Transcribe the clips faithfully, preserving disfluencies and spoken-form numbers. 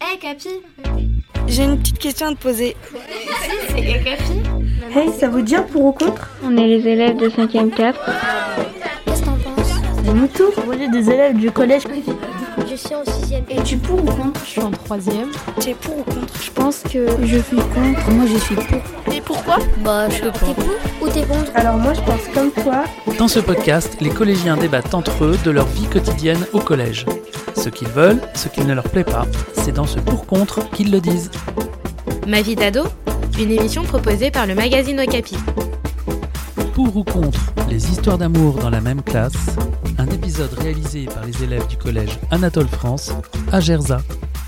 Hey Capi, j'ai une petite question à te poser. c'est Capi. Hey, ça vous dit un pour ou contre? On est les élèves de cinquième quatre. Qu'est-ce que t'en penses? C'est mon tour. On est des élèves du collège. Je suis en sixième. Et tu pour ou contre? Je suis en troisième. Tu es pour ou contre? Je pense que je suis contre. Moi, je suis pour. Et pourquoi? Bah, je sais pas. T'es pour ou t'es contre? Alors moi, je pense comme toi. Dans ce podcast, les collégiens débattent entre eux de leur vie quotidienne au collège. Ce qu'ils veulent, ce qui ne leur plaît pas, c'est dans ce pour-contre qu'ils le disent. Ma vie d'ado, une émission proposée par le magazine Okapi. Pour ou contre les histoires d'amour dans la même classe, un épisode réalisé par les élèves du collège Anatole France à Gerza.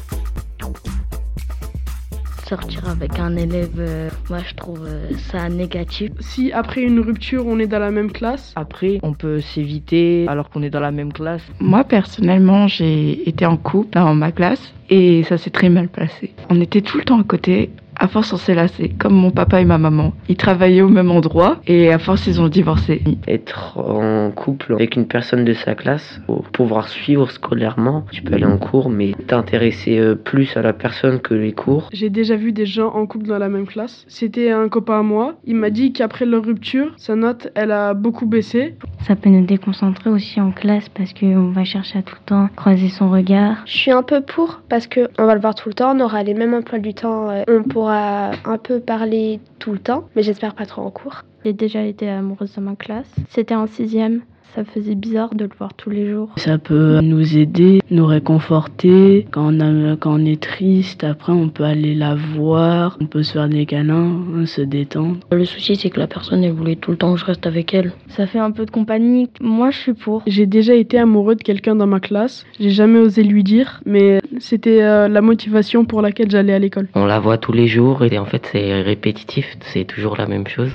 Sortir avec un élève, euh, moi je trouve euh, ça négatif. Si après une rupture on est dans la même classe, après on peut s'éviter alors qu'on est dans la même classe. Moi personnellement j'ai été en couple dans ma classe et ça s'est très mal passé. On était tout le temps à côté. À force, on s'est lassé, comme mon papa et ma maman. Ils travaillaient au même endroit et à force, ils ont divorcé. Être en couple avec une personne de sa classe, pour pouvoir suivre scolairement, tu peux aller en cours, mais t'intéresser plus à la personne que les cours. J'ai déjà vu des gens en couple dans la même classe. C'était un copain à moi. Il m'a dit qu'après leur rupture, sa note, elle a beaucoup baissé. Ça peut nous déconcentrer aussi en classe parce qu'on va chercher à tout le temps croiser son regard. Je suis un peu pour parce qu'on va le voir tout le temps, on aura les mêmes emplois du temps, on pourra un peu parler tout le temps, mais j'espère pas trop en cours. J'ai déjà été amoureuse dans ma classe. C'était en sixième. Ça faisait bizarre de le voir tous les jours. Ça peut nous aider, nous réconforter. Quand on, a, quand on est triste, après on peut aller la voir, on peut se faire des câlins, se détendre. Le souci c'est que la personne elle voulait tout le temps que je reste avec elle. Ça fait un peu de compagnie. Moi je suis pour. J'ai déjà été amoureux de quelqu'un dans ma classe. J'ai jamais osé lui dire, mais c'était euh, la motivation pour laquelle j'allais à l'école. On la voit tous les jours et en fait c'est répétitif, c'est toujours la même chose.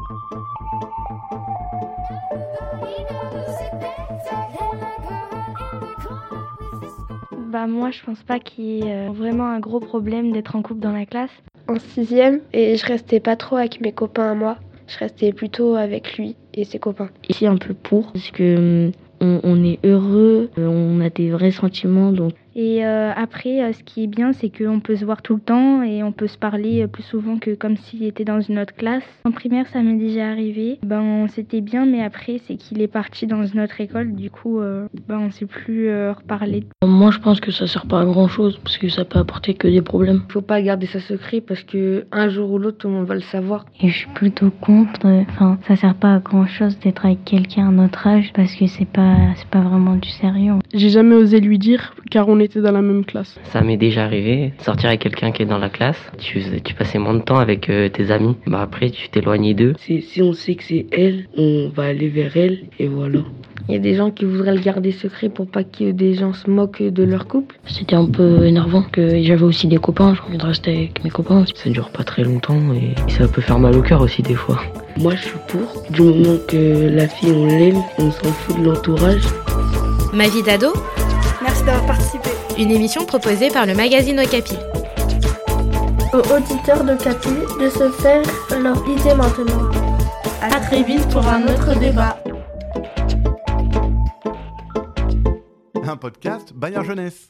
Bah moi je pense pas qu'il y ait vraiment un gros problème d'être en couple dans la classe. En sixième, et je restais pas trop avec mes copains à moi, je restais plutôt avec lui et ses copains. Ici un peu pour, parce que on, on est heureux, on a des vrais sentiments donc. Et euh, après, euh, ce qui est bien, c'est qu'on peut se voir tout le temps et on peut se parler euh, plus souvent que comme s'il était dans une autre classe. En primaire, ça m'est déjà arrivé. Ben, c'était bien, mais après, c'est qu'il est parti dans une autre école. Du coup, euh, ben, on ne sait plus euh, reparler. Moi, je pense que ça sert pas à grand-chose parce que ça peut apporter que des problèmes. Faut pas garder ça secret parce que un jour ou l'autre, tout le monde va le savoir. Et je suis plutôt contre. Enfin, ça sert pas à grand-chose d'être avec quelqu'un à notre âge parce que c'est pas, c'est pas vraiment du sérieux. J'ai jamais osé lui dire car on était dans la même classe. Ça m'est déjà arrivé, sortir avec quelqu'un qui est dans la classe, tu, tu passais moins de temps avec euh, tes amis, bah après tu t'éloignais d'eux. Si, si on sait que c'est elle, on va aller vers elle et voilà. Il y a des gens qui voudraient le garder secret pour pas que des gens se moquent de leur couple. C'était un peu énervant que j'avais aussi des copains, j'ai envie de rester avec mes copains aussi. Ça dure pas très longtemps et ça peut faire mal au cœur aussi des fois. Moi je suis pour, du moment que la fille on l'aime, on s'en fout de l'entourage. Ma vie d'ado, merci d'avoir participé. Une émission proposée par le magazine Okapi. Aux auditeurs de Capi de se faire leur idée maintenant. À très vite pour un autre débat. Un podcast Bayard Jeunesse.